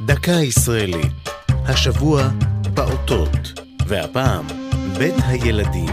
דקה ישראלית. השבוע פעוטות, והפעם בית הילדים.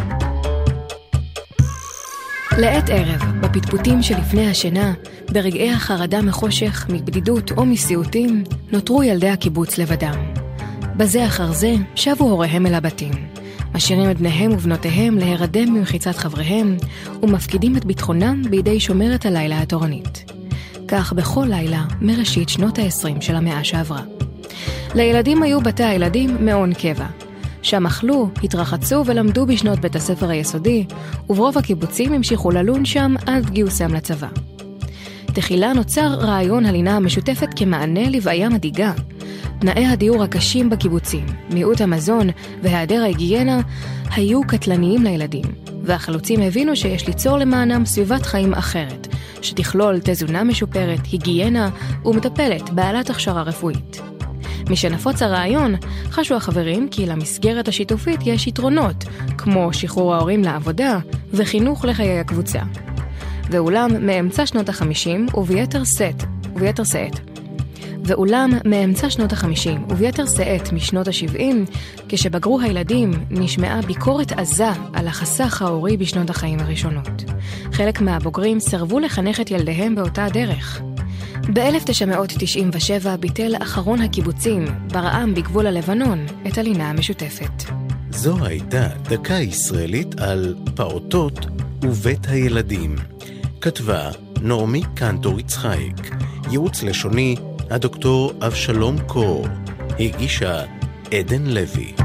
לעת ערב, בפטפוטים שלפני השינה, ברגעי החרדה מחושך, מבדידות או מסיוטים, נותרו ילדי הקיבוץ לבדם. בזה אחר זה שבו הוריהם אל הבתים, משאירים את בניהם ובנותיהם להירדם במחיצת חבריהם, ומפקידים את ביטחונם בידי שומרת הלילה התורנית. כך בכל לילה מראשית שנות ה-20 של המאה שעברה. לילדים היו בתי הילדים מעון קבע. שם אכלו, התרחצו ולמדו בשנות בית הספר היסודי, וברוב הקיבוצים המשיכו ללון שם עד גיוסם לצבא. תחילה נוצר רעיון הלינה המשותפת כמענה לבעיה מדאיגה. תנאי הדיור הקשים בקיבוצים, מיעוט המזון והיעדר ההיגיינה היו קטלניים לילדים, והחלוצים הבינו שיש ליצור למענם סביבת חיים אחרת, שתכלול תזונה משופרת, היגיינה ומטפלת בעלת הכשרה רפואית. משנפוץ הרעיון, חשו החברים כי למסגרת השיתופית יש יתרונות, כמו שחרור ההורים לעבודה וחינוך לחיי הקבוצה. ואולם מאמצע שנות ה-50 וביתר שאת משנות ה-70, כשבגרו הילדים, נשמעה ביקורת עזה על החסך ההורי בשנות החיים הראשונות. חלק מהבוגרים סרבו לחנך את ילדיהם באותה הדרך. ב-1997 ביטל אחרון הקיבוצים, ברעם בגבול הלבנון, את הלינה המשותפת. זו הייתה דקה ישראלית על פעוטות ובית הילדים. כתבה נעמי קנטור יצחייק, ייעוץ לשוני הדוקטור אבשלום קור, הגישה עדן לוי.